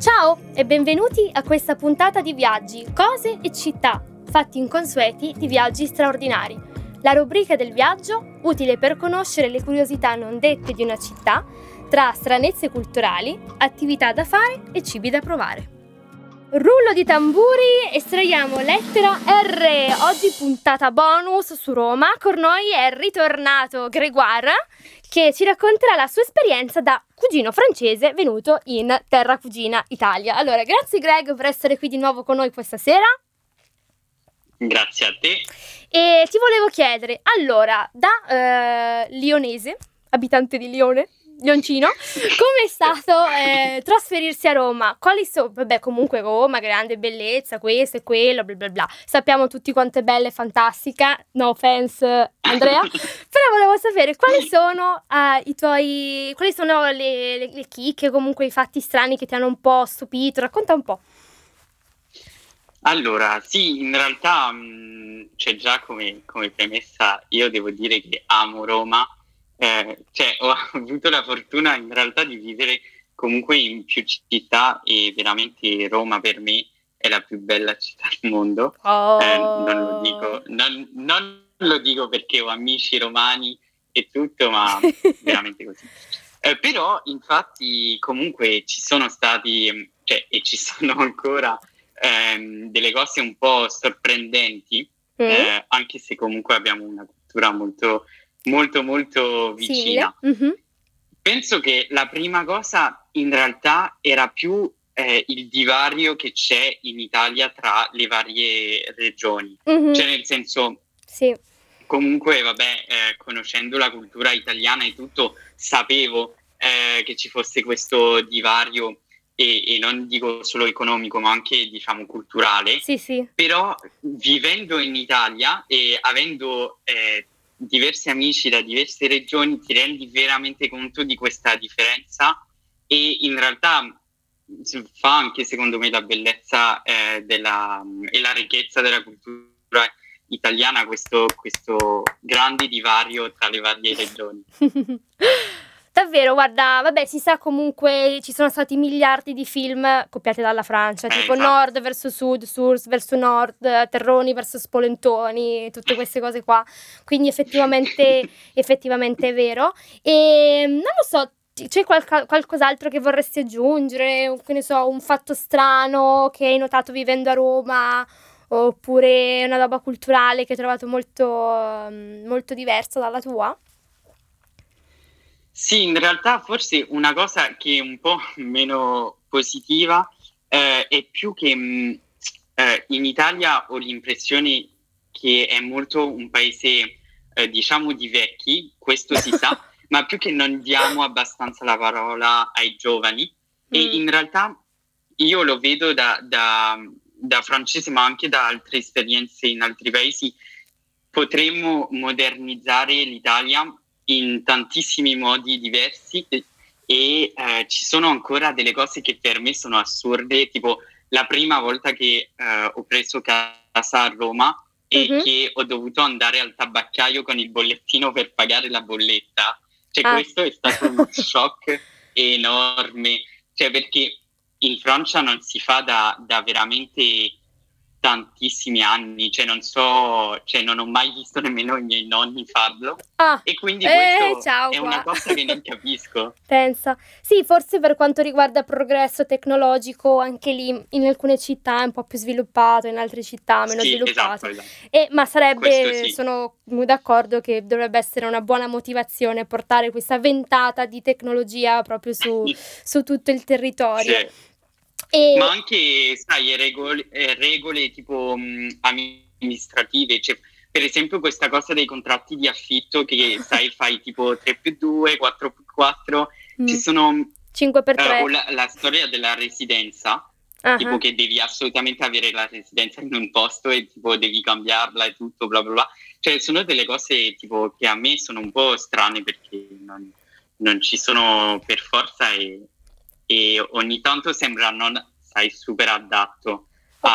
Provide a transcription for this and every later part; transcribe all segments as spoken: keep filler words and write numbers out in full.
Ciao e benvenuti a questa puntata di Viaggi, cose e città, fatti inconsueti di viaggi straordinari. La rubrica del viaggio, utile per conoscere le curiosità non dette di una città, tra stranezze culturali, attività da fare e cibi da provare. Rullo di tamburi, estraiamo lettera R. Oggi puntata bonus su Roma. Con noi è ritornato Gregoire, che ci racconterà la sua esperienza da cugino francese venuto in terra cugina Italia. Allora, grazie Greg per essere qui di nuovo con noi questa sera. Grazie a te. E ti volevo chiedere, allora, da eh, lionese, abitante di Lione, Lioncino, come è stato eh, trasferirsi a Roma? Quali sono, vabbè, comunque Roma, grande bellezza, questo e quello, bla bla bla. Sappiamo tutti quanto è bella e fantastica, no offense Andrea, però volevo sapere quali sono uh, i tuoi, quali sono le, le, le chicche, comunque i fatti strani che ti hanno un po' stupito, racconta un po'. Allora, sì, in realtà mh, cioè già come, come premessa io devo dire che amo Roma. Eh, cioè ho avuto la fortuna in realtà di vivere comunque in più città e veramente Roma per me è la più bella città del mondo. Oh. Eh, non lo dico, non, non lo dico perché ho amici romani e tutto, ma veramente così. Eh, però infatti comunque ci sono stati, cioè, e ci sono ancora ehm, delle cose un po' sorprendenti, mm. eh, anche se comunque abbiamo una cultura molto molto molto vicina. Mm-hmm. Penso che la prima cosa in realtà era più eh, il divario che c'è in Italia tra le varie regioni, mm-hmm. cioè nel senso sì. Comunque vabbè eh, conoscendo la cultura italiana e tutto sapevo eh, che ci fosse questo divario e, e non dico solo economico ma anche diciamo culturale, sì, sì. Però vivendo in Italia e avendo eh, diversi amici da diverse regioni ti rendi veramente conto di questa differenza e in realtà fa anche secondo me la bellezza eh, della, e la ricchezza della cultura italiana questo, questo grande divario tra le varie regioni. Davvero, guarda, vabbè, si sa comunque ci sono stati miliardi di film copiati dalla Francia, eh, tipo esatto. Nord verso Sud, Sud verso Nord, Terroni verso Spolentoni, tutte queste cose qua. Quindi effettivamente, effettivamente è vero. E non lo so, c'è qualca, qualcos'altro che vorresti aggiungere? Che ne so, un fatto strano che hai notato vivendo a Roma? Oppure una roba culturale che hai trovato molto, molto diversa dalla tua? Sì, in realtà forse una cosa che è un po' meno positiva eh, è più che mh, eh, in Italia ho l'impressione che è molto un paese eh, diciamo di vecchi, questo si sa, ma più che non diamo abbastanza la parola ai giovani mm. e in realtà io lo vedo da, da, da francese ma anche da altre esperienze in altri paesi, potremmo modernizzare l'Italia in tantissimi modi diversi e eh, ci sono ancora delle cose che per me sono assurde, tipo la prima volta che eh, ho preso casa a Roma e mm-hmm. che ho dovuto andare al tabaccaio con il bollettino per pagare la bolletta, cioè ah. questo è stato un shock enorme, cioè perché in Francia non si fa da, da veramente tantissimi anni, cioè non so, cioè non ho mai visto nemmeno i miei nonni farlo ah, e quindi eh, questo ciao, è qua. una cosa che non capisco. Pensa, sì, forse per quanto riguarda il progresso tecnologico anche lì in alcune città è un po' più sviluppato, in altre città meno sì, sviluppato. Esatto, esatto. E, ma sarebbe, sì. sono d'accordo che dovrebbe essere una buona motivazione portare questa ventata di tecnologia proprio su, su tutto il territorio. Sì. E... Ma anche, sai, regole, eh, regole tipo mh, amministrative, cioè, per esempio questa cosa dei contratti di affitto che, sai, fai tipo tre più due, quattro più quattro, mm. ci sono cinque per tre. Eh, o la, la storia della residenza, uh-huh. tipo che devi assolutamente avere la residenza in un posto e tipo devi cambiarla e tutto, bla bla bla. Cioè sono delle cose tipo che a me sono un po' strane perché non, non ci sono per forza e... e ogni tanto sembra non, sai, super adatto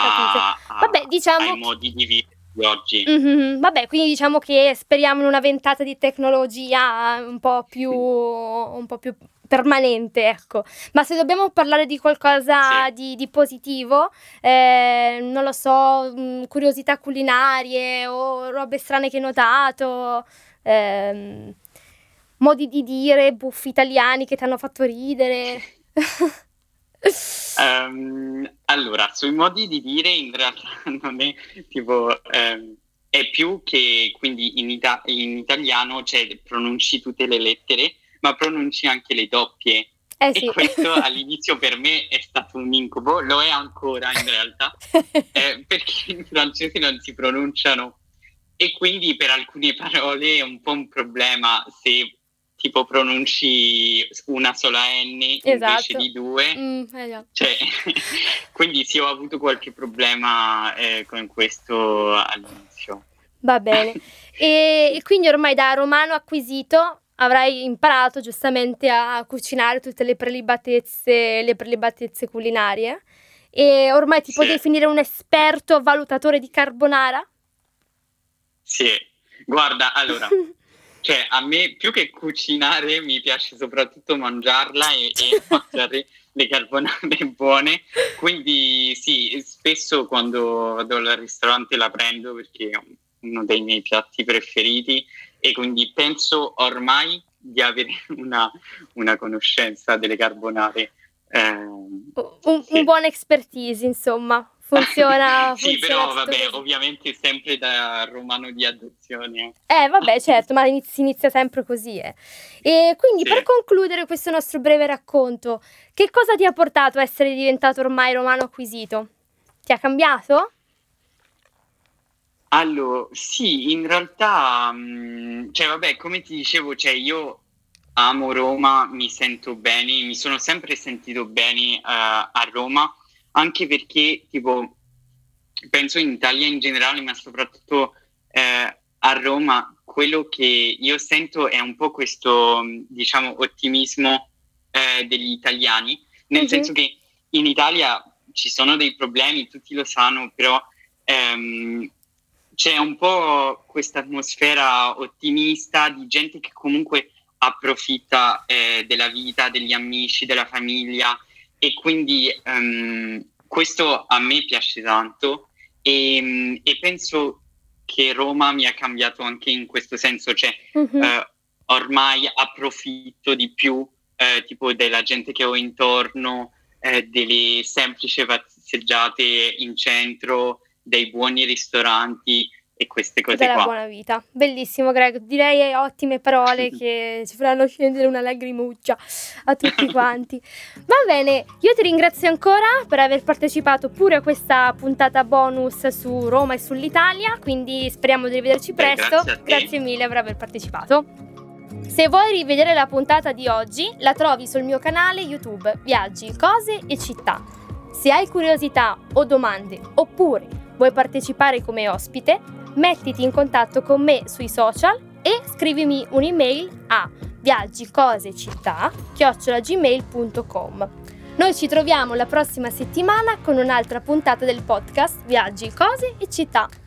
a, a, Vabbè, diciamo ai modi di vivere di oggi. Mm-hmm. Vabbè, quindi diciamo che speriamo in una ventata di tecnologia un po' più un po' più permanente, ecco. Ma se dobbiamo parlare di qualcosa Sì. di, di positivo, eh, non lo so, mh, curiosità culinarie o robe strane che hai notato, ehm, modi di dire buffi italiani che ti hanno fatto ridere. Ehm, allora, sui modi di dire in realtà non è tipo, ehm, è più che quindi in, ita- in italiano, cioè pronunci tutte le lettere, ma pronunci anche le doppie. Eh E sì. questo all'inizio per me è stato un incubo, lo è ancora in realtà, eh, perché in francese non si pronunciano e quindi per alcune parole è un po' un problema se tipo pronunci una sola N invece Esatto. di due. Mm, eh già. Cioè, quindi sì, ho avuto qualche problema eh, con questo all'inizio. Va bene. E, e quindi ormai da romano acquisito avrai imparato giustamente a cucinare tutte le prelibatezze, le prelibatezze culinarie. E ormai ti puoi Sì, definire un esperto valutatore di carbonara? sì. Guarda, allora, cioè a me più che cucinare mi piace soprattutto mangiarla e, e mangiare le carbonare buone, quindi sì, spesso quando vado al ristorante la prendo perché è uno dei miei piatti preferiti e quindi penso ormai di avere una, una conoscenza delle carbonare. ehm, Un, un sì. buon expertise, insomma. Funziona, Sì, funziona però tutto vabbè, così. ovviamente sempre da romano di adozione. Eh, vabbè, certo, ma iniz- si inizia sempre così, eh. E quindi Sì. per concludere questo nostro breve racconto, che cosa ti ha portato a essere diventato ormai romano acquisito? Ti ha cambiato? Allora, sì, in realtà, mh, cioè vabbè, come ti dicevo, cioè io amo Roma, mi sento bene, mi sono sempre sentito bene eh, a Roma, anche perché tipo penso in Italia in generale, ma soprattutto eh, a Roma, quello che io sento è un po' questo, mh, diciamo, ottimismo eh, degli italiani, nel Mhm. senso che in Italia ci sono dei problemi, tutti lo sanno, però ehm, c'è un po' questa atmosfera ottimista di gente che comunque approfitta eh, della vita, degli amici, della famiglia e quindi ehm, questo a me piace tanto e, e penso che Roma mi ha cambiato anche in questo senso, cioè Mhm. eh, ormai approfitto di più eh, tipo della gente che ho intorno, eh, delle semplici passeggiate in centro, dei buoni ristoranti e queste Tutta cose la qua. buona vita. Bellissimo, Greg. Direi ottime parole che ci faranno scendere una lacrimuccia a tutti quanti. Va bene, io ti ringrazio ancora per aver partecipato pure a questa puntata bonus su Roma e sull'Italia, quindi speriamo di rivederci Beh, presto. grazie a te. Grazie mille per aver partecipato. Se vuoi rivedere la puntata di oggi, la trovi sul mio canale YouTube Viaggi, Cose e Città. Se hai curiosità o domande, oppure vuoi partecipare come ospite, mettiti in contatto con me sui social e scrivimi un'email a viaggicosecittà chiocciola gmail punto com. Noi ci troviamo la prossima settimana con un'altra puntata del podcast Viaggi, Cose e Città.